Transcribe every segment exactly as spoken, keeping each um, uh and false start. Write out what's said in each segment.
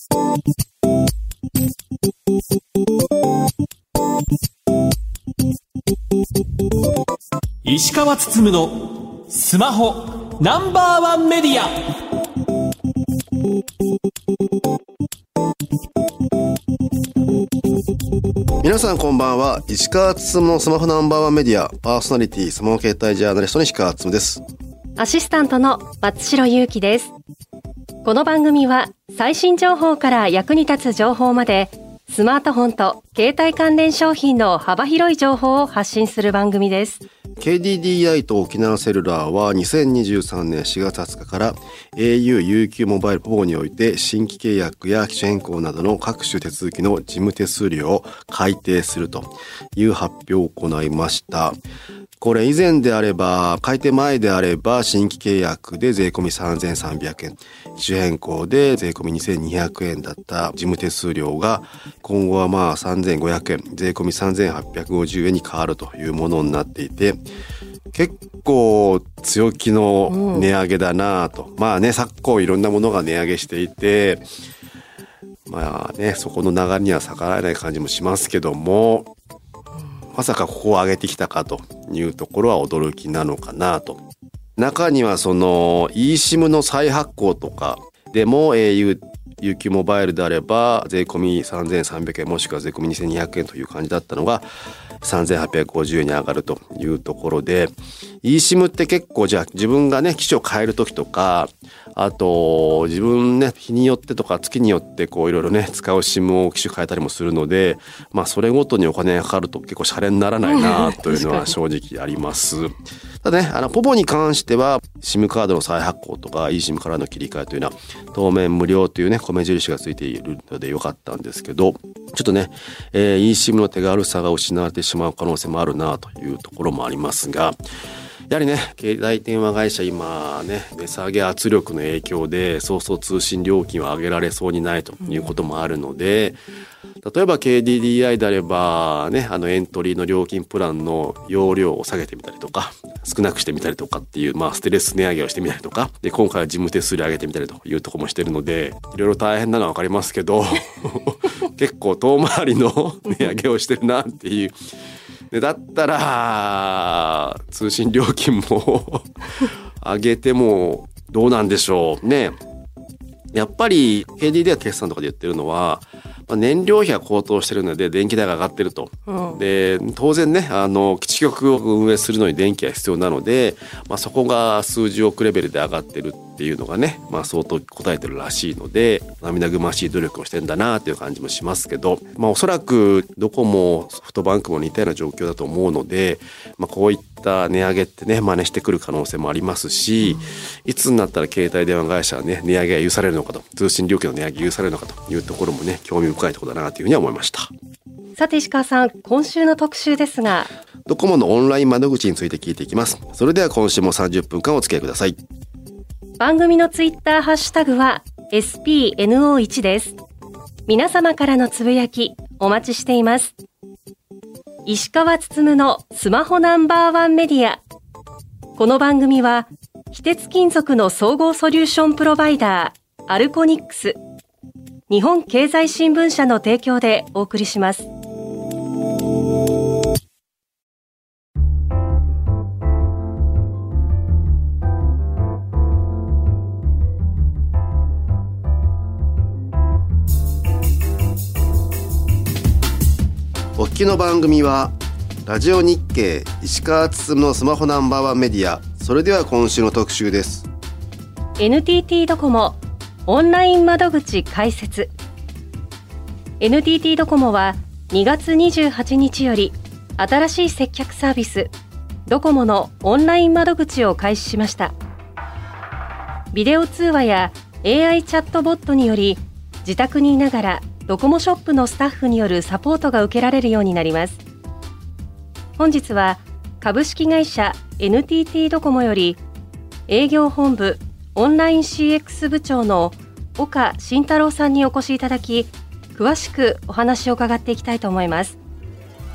石川つつむのスマホナンバーワンメディア。 皆さんこんばんは。石川つつむのスマホナンバーワンメディアパーソナリティスマホ携帯ジャーナリストの石川つつむです。 アシスタントの松代ゆうきです。この番組は最新情報から役に立つ情報までスマートフォンと携帯関連商品の幅広い情報を発信する番組です。 ケーディーディーアイ と沖縄セルラーはにせんにじゅうさんねんしがつはつかから エーユー ユーキュー モバイルポボにおいて新規契約や機種変更などの各種手続きの事務手数料を改定するという発表を行いました。これ以前であれば、改定前であれば新規契約で税込みさんぜんさんびゃくえん、機種変更で税込みにせんにひゃくえんだった事務手数料が今後はまあさんぜんごひゃくえん、税込みさんぜんはっぴゃくごじゅうえんに変わるというものになっていて、結構強気の値上げだなと、うん、まあね昨今いろんなものが値上げしていて、まあねそこの流れには逆らえない感じもしますけども、まさかここを上げてきたかというところは驚きなのかなと。中にはその eSIM の再発行とかでも エーユー ユーキュー モバイルであれば税込みさんぜんさんびゃくえんもしくは税込みにせんにひゃくえんという感じだったのがさんぜんはっぴゃくごじゅうえんに上がるというところで、 eSIM って結構じゃあ自分がね機種を変える時とか、あと自分ね日によってとか月によってこういろいろね使う SIM を機種変えたりもするので、まあそれごとにお金がかかると結構シャレにならないなというのは正直あります。ただね、あのポボに関しては SIM カードの再発行とか eSIM からの切り替えというのは当面無料というね米印がついているのでよかったんですけど、ちょっとね、えー、eSIM の手軽さが失われてしまう可能性もあるなというところもありますが、やはりね携帯電話会社今ね値下げ圧力の影響でそうそう通信料金を上げられそうにないということもあるので、例えば ケーディーディーアイ であればねあのエントリーの料金プランの容量を下げてみたりとか少なくしてみたりとかっていうまあステレス値上げをしてみたりとかで、今回は事務手数料上げてみたりというところもしてるので、いろいろ大変なのは分かりますけど結構遠回りの値上げをしてるなっていうで、だったら通信料金も上げてもどうなんでしょうね。やっぱり ケーディーディーアイ 決算とかで言ってるのは、まあ、燃料費が高騰してるので電気代が上がってると、うん、で当然ねあの基地局を運営するのに電気が必要なので、まあ、そこが数十億レベルで上がってるっていうのがね、まあ、相当答えてるらしいので涙ぐましい努力をしてんだなっていう感じもしますけど、まあ、おそらくどこもソフトバンクも似たような状況だと思うので、まあ、こういった値上げってね真似してくる可能性もありますし、うん、いつになったら携帯電話会社はね値上げが許されるのかと、通信料金の値上げ許されるのかというところもね興味深いところだなというふうには思いました。 さて石川さん、今週の特集ですが、 ドコモのオンライン窓口について聞いていきます。それでは今週もさんじゅっぷんかんお付き合いください。 番組のツイッターハッシュタグは エスピーエヌオーワン です。皆様からのつぶやきお待ちしています。石川つつむのスマホナンバーワンメディア。この番組は非鉄金属の総合ソリューションプロバイダーアルコニックス、日本経済新聞社の提供でお送りします。 お聞きの番組はラジオ日経石川つつむのスマホナンバーワンメディア。それでは今週の特集です。 エヌティーティー ドコモオンライン窓口開設。 エヌティーティー ドコモはにがつにじゅうはちにちより新しい接客サービスドコモのオンライン窓口を開始しました。ビデオ通話や エーアイ チャットボットにより自宅にいながらドコモショップのスタッフによるサポートが受けられるようになります。本日は株式会社 エヌティーティー ドコモより営業本部オンライン シーエックス 部長の岡慎太郎さんにお越しいただき、詳しくお話を伺っていきたいと思います。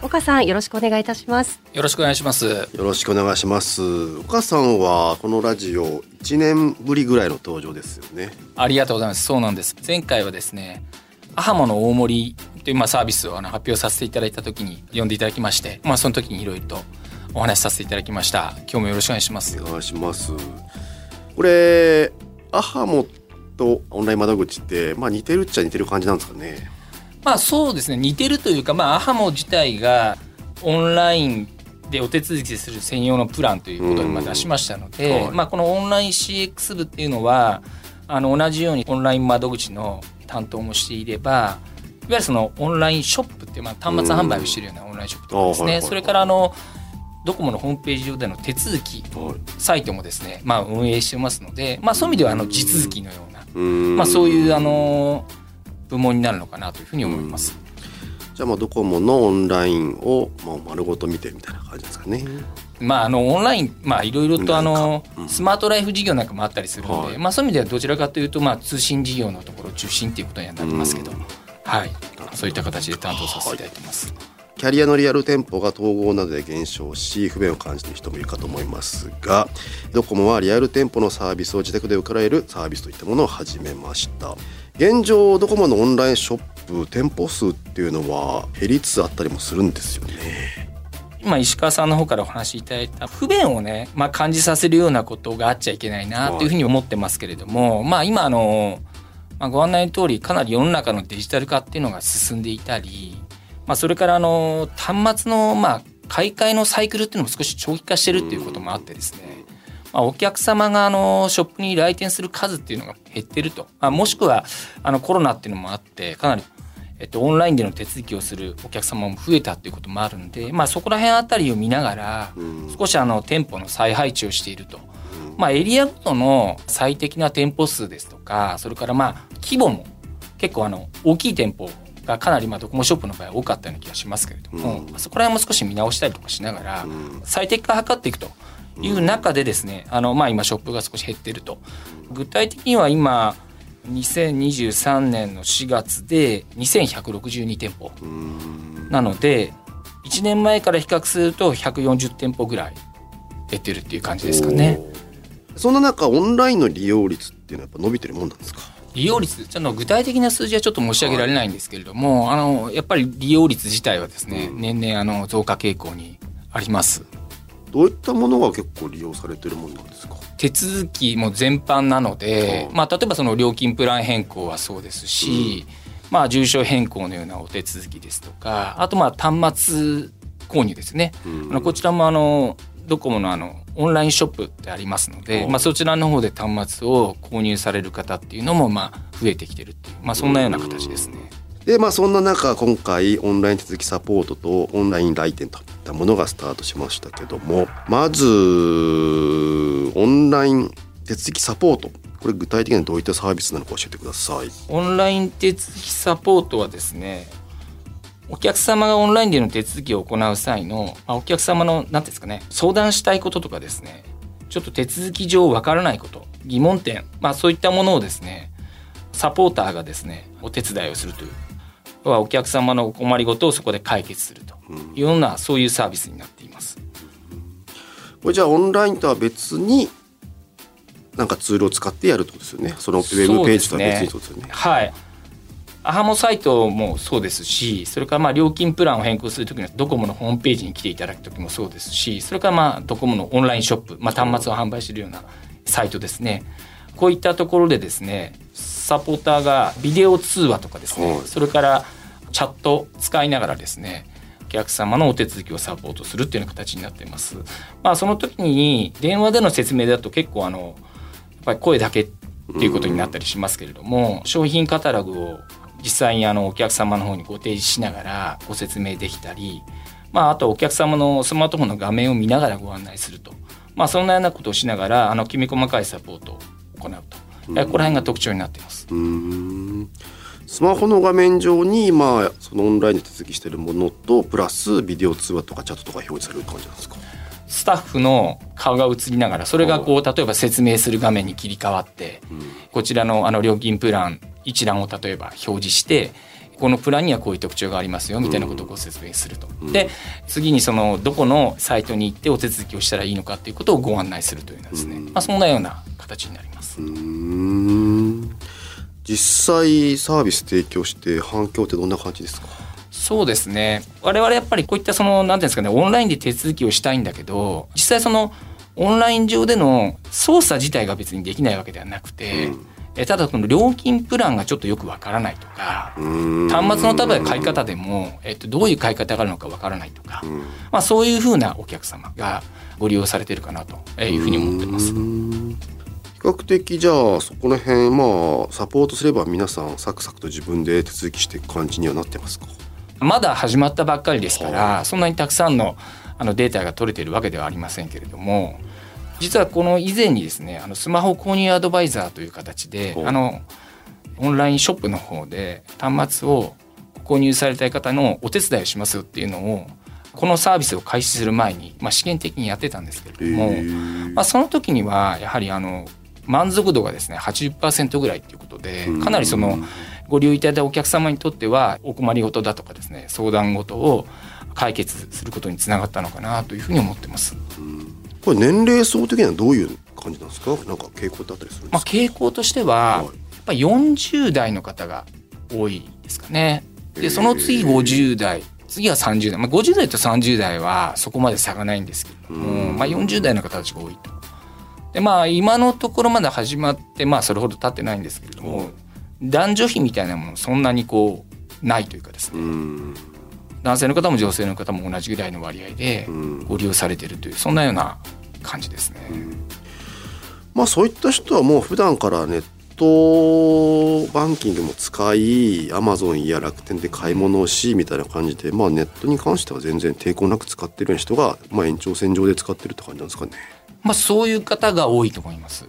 岡さんよろしくお願いいたします。 よろしくお願いします。 よろしくお願いします。岡さんはこのラジオいちねんぶりぐらいの登場ですよね。 ありがとうございます。そうなんです。前回はですね、アハモの大盛りというまあサービスをあの発表させていただいた時に呼んでいただきまして、まあ、その時にいろいろとお話しさせていただきました。今日もよろしくお願いします。 お願いします。これアハモとオンライン窓口って、まあ、似てるっちゃ似てる感じなんですかね。 まあそうですね、似てるというか、まあ、アハモ自体がオンラインでお手続きする専用のプランということを今出しましたので、はい、まあ、このオンライン シーエックス 部っていうのはあの同じようにオンライン窓口の担当もしていれば、いわゆるそのオンラインショップっていう、まあ、端末販売をしているようなオンラインショップとかですね、はいはいはい、それからあのドコモのホームページ上での手続きサイトもですね、まあ、運営してますので、まあ、そういう意味ではあの地続きのような、まあ、そういうあの部門になるのかなというふうに思います。 じゃあまあドコモのオンラインをまあ丸ごと見てみたいな感じですかね。 まあ、あのオンライン、まあ、いろいろとあの、うん、スマートライフ事業なんかもあったりするので、はい、まあ、そういう意味ではどちらかというと、まあ、通信事業のところ中心ということにはなりますけど、はい、そういった形で担当させていただいています。はい、 キャリアのリアル店舗が統合などで減少し不便を感じている人もいるかと思いますが、ドコモはリアル店舗のサービスを自宅で受けられるサービスといったものを始めました。現状ドコモのオンラインショップ店舗数っていうのは減りつつあったりもするんですよね。 今石川さんの方からお話しいただいた不便をね、まあ、感じさせるようなことがあっちゃいけないなというふうに思ってますけれども、はい、まあ、今あの、まあ、ご案内の通りかなり世の中のデジタル化っていうのが進んでいたり、まあ、それからあの端末のまあ買い替えのサイクルっていうのも少し長期化してるっていうこともあってですね、まあ、お客様があのショップに来店する数っていうのが減ってると、まあ、もしくはあのコロナっていうのもあってかなりえっとオンラインでの手続きをするお客様も増えたっていうこともあるんで、まあ、そこら辺あたりを見ながら少しあの店舗の再配置をしていると、まあ、エリアごとの最適な店舗数ですとか、それからまあ規模も結構あの大きい店舗がかなりまあドコモショップの場合多かったような気がしますけれども、うん、そこら辺も少し見直したりとかしながら最適化を図っていくという中でですね、あのまあ今ショップが少し減っていると。具体的には今にせんにじゅうさんねんのしがつでにせんひゃくろくじゅうにてんぽなのでいちねんまえから比較するとひゃくよんじゅってんぽぐらい減ってるっていう感じですかね。 そんな中オンラインの利用率っていうのはやっぱ伸びてるもんなんですか？ 利用率ちょっと具体的な数字はちょっと申し上げられないんですけれども、はい、あのやっぱり利用率自体はですね、うん、年々あの増加傾向にあります。 どういったものが結構利用されてるものなんですか？ 手続きも全般なので、まあ、例えばその料金プラン変更はそうですし、うん、まあ、住所変更のようなお手続きですとか、あとまあ端末購入ですね、うん、あのこちらもあのドコモのあのオンラインショップってありますので、まあ、そちらの方で端末を購入される方っていうのもまあ増えてきてるっていう、まあ、そんなような形ですね。 でまあ、そんな中今回オンライン手続きサポートとオンライン来店といったものがスタートしましたけども、まずオンライン手続きサポート、これ具体的にどういったサービスなのか教えてください。 オンライン手続きサポートはですね、お客様がオンラインでの手続きを行う際の、まあ、お客様の何ですかね、相談したいこととかですね、ちょっと手続き上わからないこと、疑問点、まあ、そういったものをですねサポーターがですねお手伝いをするという、はお客様のお困りごとをそこで解決するというような、うん、そういうサービスになっています。 これじゃあオンラインとは別になんかツールを使ってやるってことですよね。そのウェブページとは別にそうですよね。 はい。アハモサイトもそうですし、それからまあ料金プランを変更するときにはドコモのホームページに来ていただくときもそうですし、それからまあドコモのオンラインショップ、まあ、端末を販売しているようなサイトですね。こういったところでですね、サポーターがビデオ通話とかですね、それからチャット使いながらですね、お客様のお手続きをサポートするっていうような形になっています。まあ、その時に電話での説明だと結構あのやっぱり声だけっていうことになったりしますけれども、商品カタログを実際にあのお客様の方にご提示しながらご説明できたり、まあ、あとお客様のスマートフォンの画面を見ながらご案内すると、まあ、そんなようなことをしながらあのきめ細かいサポートを行うと、ここら辺が特徴になっています。 うーん、スマホの画面上に、まあ、そのオンラインで手続きしているものとプラスビデオ通話とかチャットとか表示される感じなんですか？ スタッフの顔が映りながらそれがこう例えば説明する画面に切り替わって、うん、こちらのあの料金プラン一覧を例えば表示してこのプランにはこういう特徴がありますよみたいなことをご説明すると、うん、で次にそのどこのサイトに行ってお手続きをしたらいいのかということをご案内するというようなですね、うん、まあ、そんなような形になります。 うーん、実際サービス提供して反響ってどんな感じですか？ そうですね、我々やっぱりこういったその何ていうんですかね、オンラインで手続きをしたいんだけど、実際そのオンライン上での操作自体が別にできないわけではなくて、うん、えただこの料金プランがちょっとよくわからないとか、端末の例えば買い方でも、えっと、どういう買い方があるのかわからないとか、うん、まあ、そういうふうなお客様がご利用されているかなというふうに思ってます。 比較的じゃあそこら辺、まあ、サポートすれば皆さんサクサクと自分で手続きしていく感じにはなってますか？ まだ始まったばっかりですから、そんなにたくさんのあのデータが取れているわけではありませんけれども、実はこの以前にですね、あのスマホ購入アドバイザーという形であのオンラインショップの方で端末を購入されたい方のお手伝いをしますよっていうのをこのサービスを開始する前に、まあ、試験的にやってたんですけれども、まあ、その時にはやはりあの満足度がですね はちじゅっパーセント ぐらいということで、かなりそのご利用いただいたお客様にとってはお困りごとだとかですね、相談事を解決することにつながったのかなというふうに思ってます。 うん、これ年齢層的にはどういう感じなんですか？なんか傾向だったりするんですか？ まあ、傾向としては、はい、やっぱりよんじゅう代の方が多いですかね。でその次ごじゅう代、次はさんじゅう代、まあ、ごじゅう代とさんじゅう代はそこまで差がないんですけども、まあ、よんじゅう代の方たちが多いと。でまあ今のところまだ始まってまあそれほど経ってないんですけれども、男女比みたいなものそんなにこうないというかですね、男性の方も女性の方も同じぐらいの割合でご利用されているという、そんなような感じですね。 まあそういった人はもう普段からネットバンキングも使い、アマゾンや楽天で買い物をしみたいな感じで、まあネットに関しては全然抵抗なく使っているような人が、まあ延長線上で使ってるって感じなんですかね。 まあそういう方が多いと思います。 うん、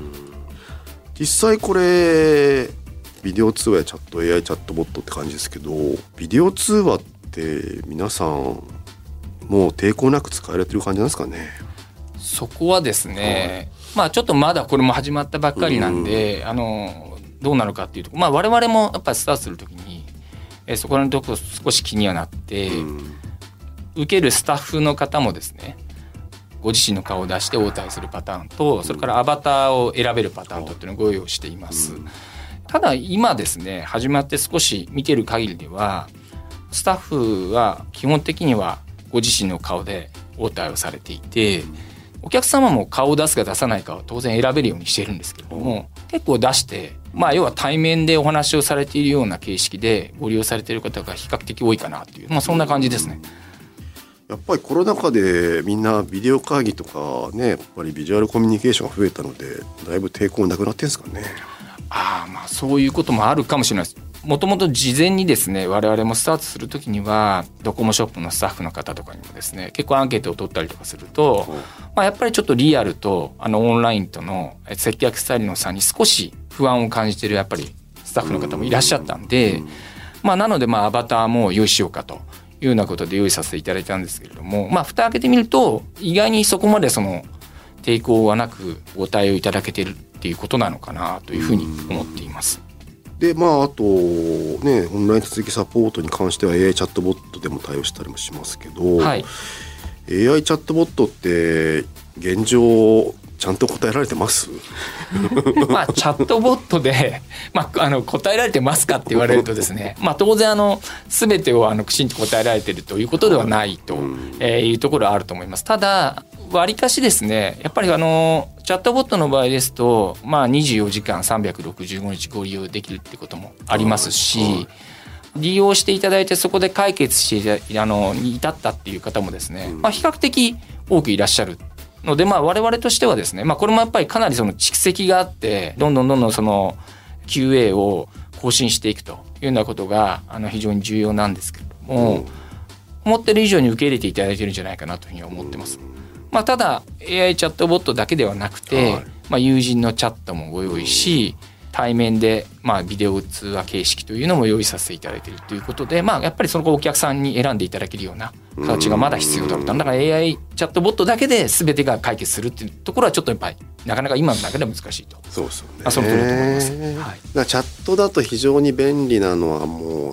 実際これビデオ通話やチャット エーアイ チャットボットって感じですけど、ビデオ通話って皆さんもう抵抗なく使われてる感じなんですかね。 そこはですね、はい、まあちょっとまだこれも始まったばっかりなんで、うん、あのどうなのかっていうと、まあ我々もやっぱりスタートするときに、えー、そこのところ少し気にはなって、うん、受けるスタッフの方もですね、ご自身の顔を出して応対するパターンと、それからアバターを選べるパターンとっていうのをご用意しています。うん、ただ今ですね、始まって少し見てる限りでは、スタッフは基本的にはご自身の顔で応対をされていて、お客様も顔を出すか出さないかは当然選べるようにしてるんですけれども、結構出して、まあ要は対面でお話をされているような形式でご利用されている方が比較的多いかなという、まあそんな感じですね。 やっぱりコロナ禍でみんなビデオ会議とかね、やっぱりビジュアルコミュニケーションが増えたので、だいぶ抵抗なくなってるんですかね。 ああ、まあそういうこともあるかもしれないです。もともと事前にですね、我々もスタートするときにはドコモショップのスタッフの方とかにもですね、結構アンケートを取ったりとかすると、うん、まあ、やっぱりちょっとリアルとあのオンラインとの接客スタイルの差に少し不安を感じているやっぱりスタッフの方もいらっしゃったんで、まあ、なのでまあアバターも用意しようかというようなことで用意させていただいたんですけれども、まあ、蓋開けてみると意外にそこまでその抵抗はなくご対応いただけているっていうことなのかなというふうに思っています。 でまあ、あとね、オンライン手続きサポートに関しては エーアイ チャットボットでも対応したりもしますけど、はい、エーアイ チャットボットって現状ちゃんと答えられてますまあチャットボットで、まあ、あの答えられてますかって言われるとですねまあ当然あの全てをあのきちんと答えられているということではないというところはあると思います。ただわりかしですね、やっぱりあのチャットボットの場合ですと、まあ、にじゅうよじかんさんびゃくろくじゅうごにちご利用できるってこともありますし、利用していただいてそこで解決してあのに至ったっていう方もですね、まあ、比較的多くいらっしゃるので、まあ、我々としてはですね、まあ、これもやっぱりかなりその蓄積があってどんどんどんどんその キューエー を更新していくというようなことがあの非常に重要なんですけれども、思ってる以上に受け入れていただいてるんじゃないかなというふうに思ってます。まあ、ただ エーアイ チャットボットだけではなくて、はい、まあ、友人のチャットもご用意し、対面でまあビデオ通話形式というのも用意させていただいているということで、まあ、やっぱりそのお客さんに選んでいただけるような形がまだ必要だろうと。だから エーアイ チャットボットだけで全てが解決するっていうところはちょっとやっぱりなかなか今の中では難しいと。 そうですよね。 まあ、その通りだと思います。はい、 だからチャットだと非常に便利なのはもう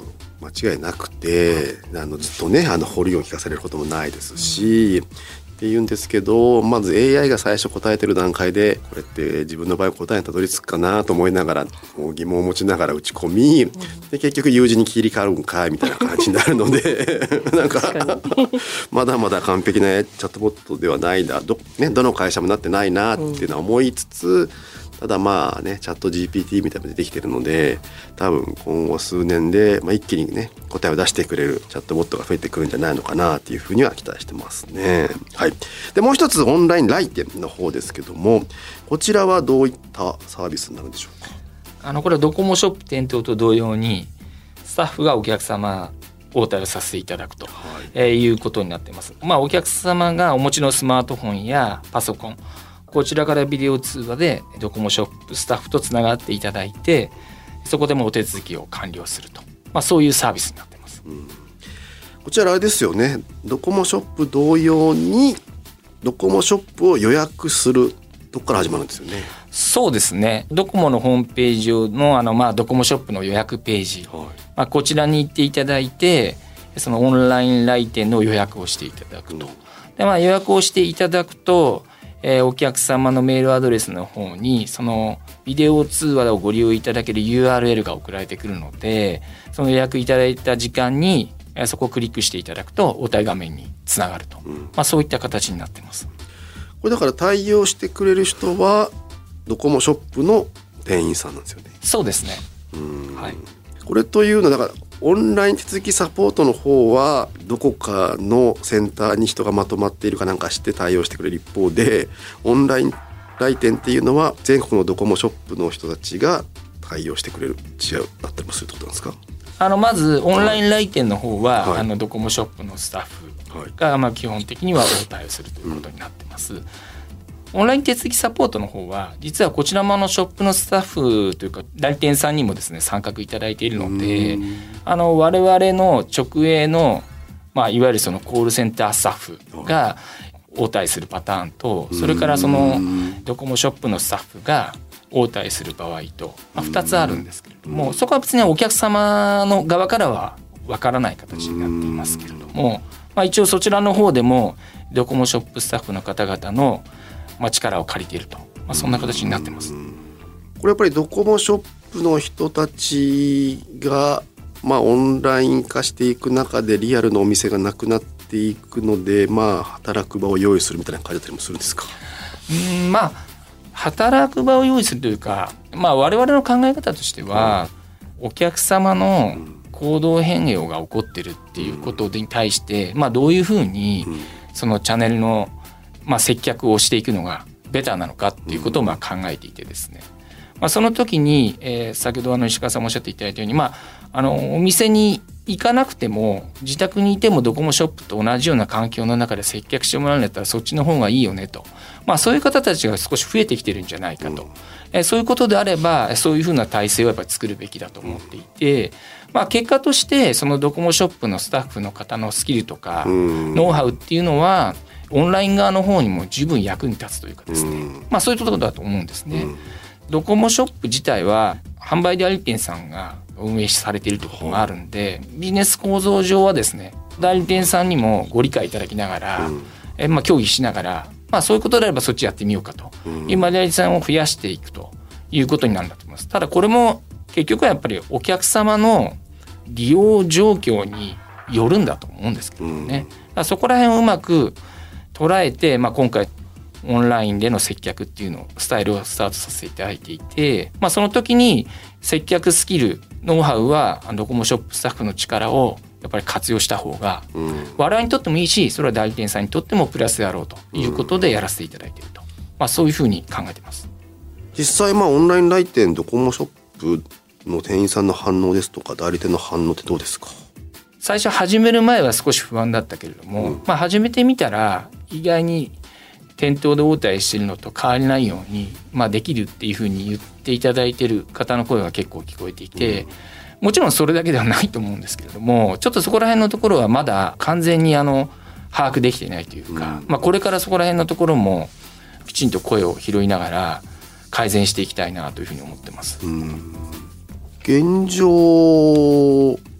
間違いなくて、あのずっとねあの保留音聞かされることもないですし、うんって言うんですけど、まず エーアイ が最初答えてる段階でこれって自分の場合答えにたどり着くかなと思いながら疑問を持ちながら打ち込み、うん、で結局友人に切り替わるんかいみたいな感じになるのでなんかまだまだ完璧なチャットボットではないな ど,、ね、どの会社もなってないなっていうのは思いつつ、うんただまあねチャット ジーピーティー みたいなのが出てきてるので多分今後数年で、まあ、一気にね答えを出してくれるチャットボットが増えてくるんじゃないのかなっていうふうには期待してますね。はい。でもう一つオンライン来店の方ですけどもこちらはどういったサービスになるんでしょうか。 あのこれはドコモショップ店頭と同様にスタッフがお客様応対をさせていただくと、はいえー、いうことになっています。まあお客様がお持ちのスマートフォンやパソコンこちらからビデオ通話でドコモショップスタッフとつながっていただいてそこでもお手続きを完了すると、まあ、そういうサービスになっています、うん、 こちらあれですよねドコモショップ同様にドコモショップを予約するとこから始まるんですよね。 そうですねドコモのホームページ上のあのまあドコモショップの予約ページ、はいまあ、こちらに行っていただいてそのオンライン来店の予約をしていただくと、うんでまあ、予約をしていただくとえー、お客様のメールアドレスの方にそのビデオ通話をご利用いただける ユーアールエル が送られてくるのでその予約いただいた時間に、えー、そこをクリックしていただくと応対画面につながると、うんまあ、そういった形になっています。 これだから対応してくれる人はドコモショップの店員さんなんですよね。 そうですね。 うん、はい、これというのはだからオンライン手続きサポートの方はどこかのセンターに人がまとまっているかなんかして対応してくれる一方でオンライン来店っていうのは全国のドコモショップの人たちが対応してくれる違うだったりもするってことなんですか。 あのまずオンライン来店の方は、はい、あのドコモショップのスタッフが、はいまあ、基本的には応対をするということになってます、うんオンライン手続きサポートの方は実はこちらもあのショップのスタッフというか代理店さんにもですね参画いただいているのであの我々の直営の、まあ、いわゆるそのコールセンタースタッフが応対するパターンとそれからそのドコモショップのスタッフが応対する場合と、まあ、ふたつあるんですけれどもそこは別にお客様の側からはわからない形になっていますけれども、まあ、一応そちらの方でもドコモショップスタッフの方々のまあ、力を借りていると、まあ、そんな形になってます。 これやっぱりドコモショップの人たちが、まあ、オンライン化していく中でリアルのお店がなくなっていくので、まあ、働く場を用意するみたいな感じだったりもするんですか。 うんまあ働く場を用意するというか、まあ、我々の考え方としては、うん、お客様の行動変容が起こってるっていうことに対して、うんまあ、どういうふうにそのチャンネルのまあ、接客をしていくのがベターなのかっていうことをまあ考えていてですね、まあ、その時に、えー、先ほどあの石川さんもおっしゃっていただいたように、まあ、あのお店に行かなくても自宅にいてもドコモショップと同じような環境の中で接客してもらうんだったらそっちの方がいいよねと、まあ、そういう方たちが少し増えてきてるんじゃないかと、えー、そういうことであればそういうふうな体制をやっぱり作るべきだと思っていて、まあ、結果としてそのドコモショップのスタッフの方のスキルとかノウハウっていうのはオンライン側の方にも十分役に立つというかですね、まあ、そういうことだと思うんですね。ドコモショップ自体は販売代理店さんが運営されているということもあるんでビジネス構造上はですね代理店さんにもご理解いただきながら、えまあ協議しながら、まあ、そういうことであればそっちやってみようかと、今代理店さんを増やしていくということになるんだと思います。ただこれも結局はやっぱりお客様の利用状況によるんだと思うんですけどね、だからそこら辺をうまく捉えて、まあ、今回オンラインでの接客っていうのをスタイルをスタートさせていただいていて、まあ、その時に接客スキルノウハウはドコモショップスタッフの力をやっぱり活用した方が我々にとってもいいしそれは代理店さんにとってもプラスであろうということでやらせていただいていると、まあ、そういうふうに考えています。 実際まあオンライン来店ドコモショップの店員さんの反応ですとか代理店の反応ってどうですか。 最初始める前は少し不安だったけれども、うんまあ、始めてみたら意外に店頭で応対しているのと変わりないように、まあ、できるっていうふうに言っていただいている方の声が結構聞こえていて、うん、もちろんそれだけではないと思うんですけれどもちょっとそこら辺のところはまだ完全にあの把握できていないというか、うんまあ、これからそこら辺のところもきちんと声を拾いながら改善していきたいなというふうに思ってます。 うん、現状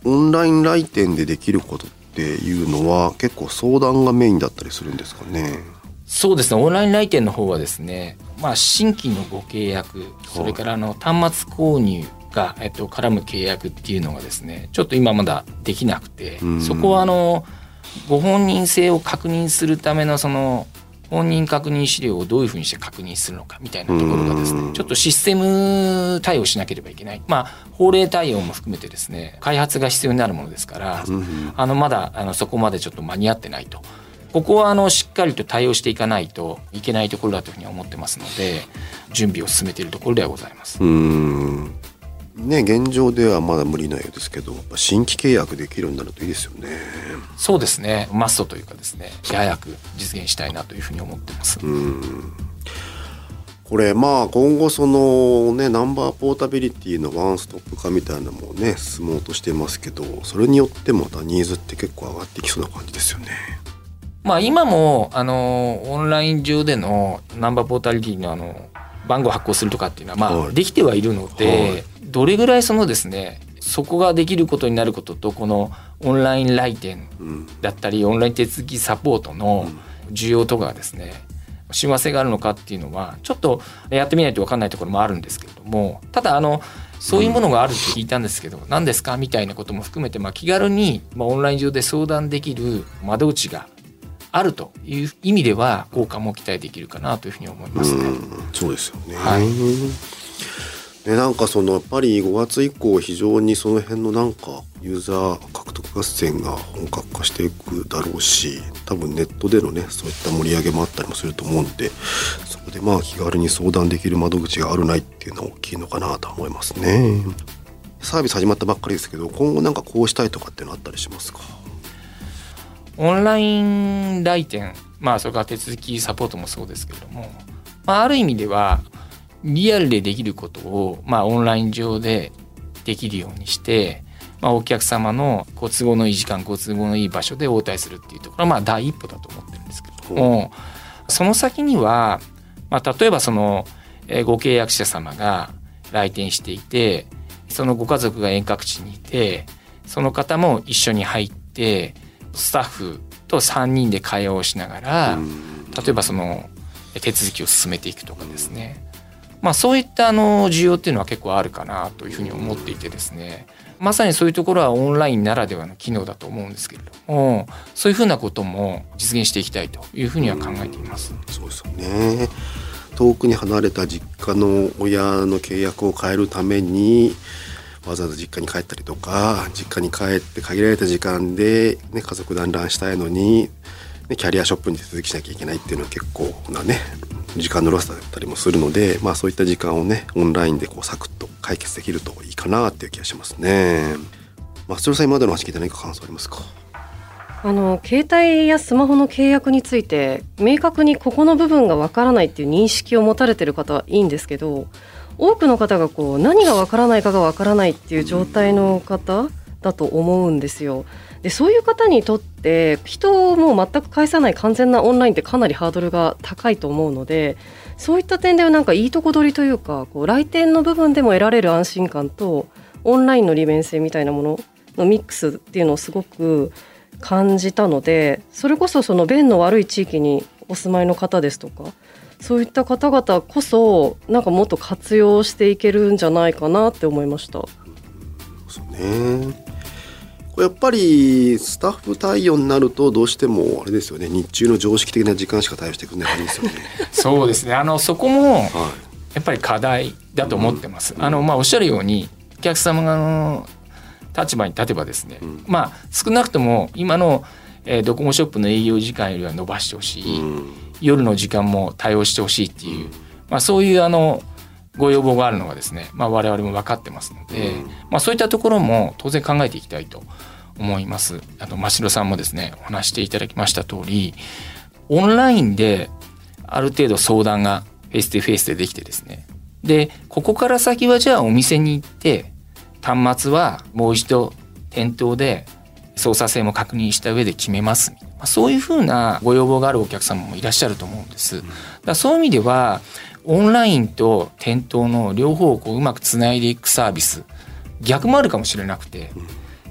オンライン来店でできることっていうのは結構相談がメインだったりするんですかね。 そうですね、オンライン来店の方はですね、まあ、新規のご契約、それからあの端末購入が、えっと、絡む契約っていうのがですね、ちょっと今まだできなくて、そこはあのご本人性を確認するためのその本人確認資料をどういうふうにして確認するのかみたいなところがですね、ちょっとシステム対応しなければいけない、まあ、法令対応も含めてですね、開発が必要になるものですから、あのまだあのそこまでちょっと間に合ってないと。ここはあのしっかりと対応していかないといけないところだというふうに思ってますので、準備を進めているところではございます。 うーんね、現状ではまだ無理なようですけど、やっぱ新規契約できるようになるといいですよね。 そうですね、マストというかですね、早く実現したいなというふうに思ってます。 うーんこれまあ今後そのねナンバーポータビリティのワンストップ化みたいなのもね進もうとしてますけど、それによってまたニーズって結構上がってきそうな感じですよね。 まあ、今もあのオンライン上でのナンバーポータビリティのあの番号を発行するとかっていうのはまあ、はい、できてはいるので、はい、どれぐらいそのですね、そこができることになることと、このオンライン来店だったり、うん、オンライン手続きサポートの需要とかがですね、親和性があるのかっていうのはちょっとやってみないと分かんないところもあるんですけれども、ただあのそういうものがあるって聞いたんですけど、うん、何ですかみたいなことも含めて、まあ気軽にまあオンライン上で相談できる窓口があるという意味では効果も期待できるかなというふうに思いますね。うん、 そうですよね。はい。ね、なんかそのやっぱりごがつ以降非常にその辺のなんかユーザー獲得合戦が本格化していくだろうし、多分ネットでのねそういった盛り上げもあったりもすると思うんで、そこでまあ気軽に相談できる窓口があるないっていうのは大きいのかなと思いますね。サービス始まったばっかりですけど、今後なんかこうしたいとかっていうのあったりしますか？ オンライン来店、まあそれから手続きサポートもそうですけれども、まあ、ある意味ではリアルでできることを、まあ、オンライン上でできるようにして、まあ、お客様のご都合のいい時間、ご都合のいい場所で応対するっていうところは、まあ、第一歩だと思ってるんですけれども、その先には、まあ、例えばそのご契約者様が来店していて、そのご家族が遠隔地にいて、その方も一緒に入ってスタッフとさんにんで会話をしながら、例えばその手続きを進めていくとかですね、まあ、そういったあの需要っていうのは結構あるかなというふうに思っていてですね、まさにそういうところはオンラインならではの機能だと思うんですけれども、そういうふうなことも実現していきたいというふうには考えています。 うん、そうですよね。遠くに離れた実家の親の契約を変えるためにわざわざ実家に帰ったりとか、実家に帰って限られた時間で、ね、家族団らんしたいのに、ね、キャリアショップに手続きしなきゃいけないっていうのは結構なね時間のロスだったりもするので、まあ、そういった時間をねオンラインでこうサクッと解決できるといいかなっていう気がしますね。松代さん、今までの話聞いて何か感想ありますか？ あの携帯やスマホの契約について明確にここの部分がわからないっていう認識を持たれている方はいいんですけど、多くの方がこう何がわからないかがわからないっていう状態の方だと思うんですよ。でそういう方にとって人をもう全く介さない完全なオンラインってかなりハードルが高いと思うので、そういった点ではなんかいいとこ取りというか、こう来店の部分でも得られる安心感とオンラインの利便性みたいなもののミックスっていうのをすごく感じたので、それこそその便の悪い地域にお住まいの方ですとか、そういった方々こそなんかもっと活用していけるんじゃないかなって思いました。 そうね。これやっぱりスタッフ対応になるとどうしてもあれですよね、日中の常識的な時間しか対応してくれない感じですよね。 そうですね、あのそこもやっぱり課題だと思ってます。うん、あのまあおっしゃるようにお客様の立場に立てばですね、うん、まあ少なくとも今の、えー、ドコモショップの営業時間よりは伸ばしてほしい、うん、夜の時間も対応してほしいっていう、まあ、そういうあのご要望があるのがですね、まあ、我々も分かってますので、うんまあ、そういったところも当然考えていきたいと思います。あと真城さんもですねお話していただきました通り、オンラインである程度相談がフェイス2フェイスでできてですね、でここから先はじゃあお店に行って端末はもう一度店頭で操作性も確認した上で決めます、まあ、そういうふうなご要望があるお客様もいらっしゃると思うんです。だからそういう意味ではオンラインと店頭の両方をこううまくつないでいくサービス、逆もあるかもしれなくて、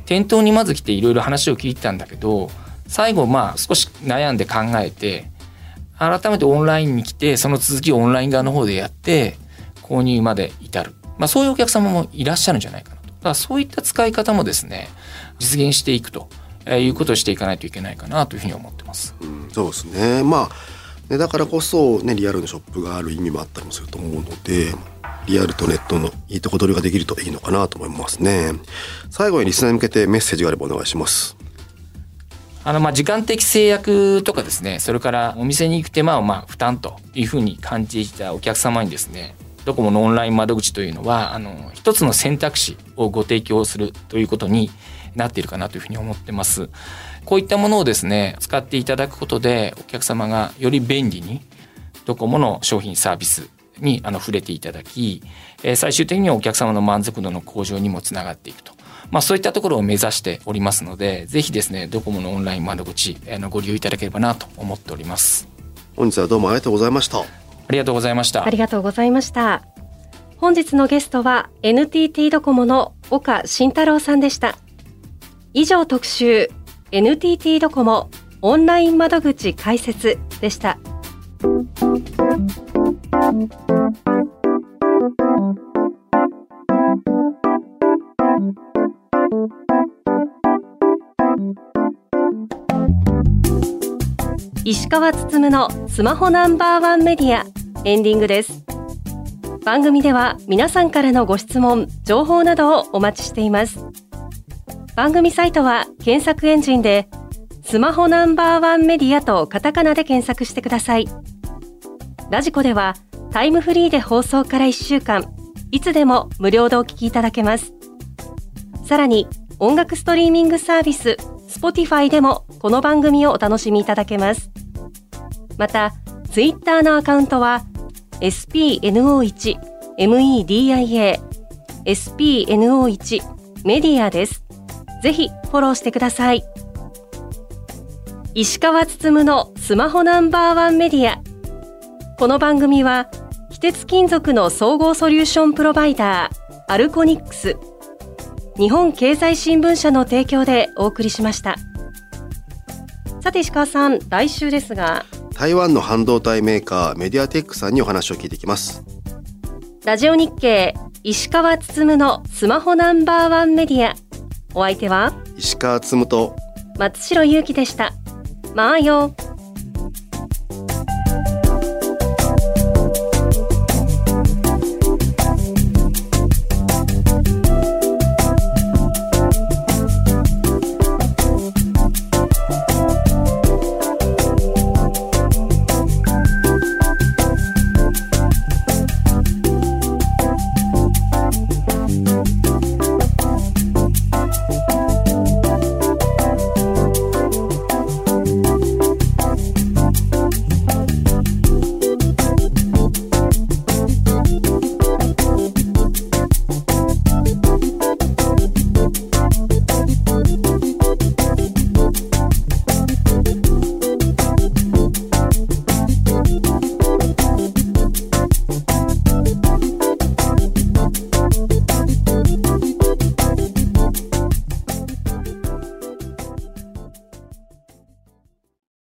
店頭にまず来ていろいろ話を聞いてたんだけど、最後まあ少し悩んで考えて改めてオンラインに来て、その続きをオンライン側の方でやって購入まで至る、まあ、そういうお客様もいらっしゃるんじゃないかなと。だからそういった使い方もですね実現していくということをしていかないといけないかなというふうに思ってます。 うん、そうですね。まあね、だからこそ、ね、リアルのショップがある意味もあったりもすると思うので、リアルとネットのいいとこ取りができるといいのかなと思いますね。最後にリスナーに向けてメッセージがあればお願いします。 あのまあ時間的制約とかですね、それからお店に行く手間をまあ負担というふうに感じたお客様にですね、ドコモのオンライン窓口というのはあの一つの選択肢をご提供するということになっているかなというふうに思ってます。こういったものをですね使っていただくことで、お客様がより便利にドコモの商品サービスにあの触れていただき、最終的にはお客様の満足度の向上にもつながっていくと、まあ、そういったところを目指しておりますので、ぜひですねドコモのオンライン窓口あのご利用いただければなと思っております。 本日はどうもありがとうございました。 ありがとうございました。 ありがとうございました。本日のゲストは エヌティーティー ドコモの岡慎太郎さんでした。以上特集 エヌティーティー ドコモオンライン窓口開設でした。石川つつむのスマホナンバーワンメディアエンディングです。番組では皆さんからのご質問、情報などをお待ちしています。番組サイトは検索エンジンでスマホナンバーワンメディアとカタカナで検索してください。ラジコではタイムフリーで放送からいっしゅうかん、いつでも無料でお聞きいただけます。さらに音楽ストリーミングサービス Spotify でもこの番組をお楽しみいただけます。またツイッターのアカウントは エスピーエヌオーワン メディア エスピーエヌオーワン メディアです。ぜひフォローしてください。石川つつむのスマホナンバーワンメディア。この番組は非鉄金属の総合ソリューションプロバイダーアルコニックス、日本経済新聞社の提供でお送りしました。さて石川さん、来週ですが台湾の半導体メーカーメディアテックさんにお話を聞いてきます。 ラジオ日経石川つつむのスマホナンバーワンメディア、お相手は石川つむと松代ゆうきでした。まあよ。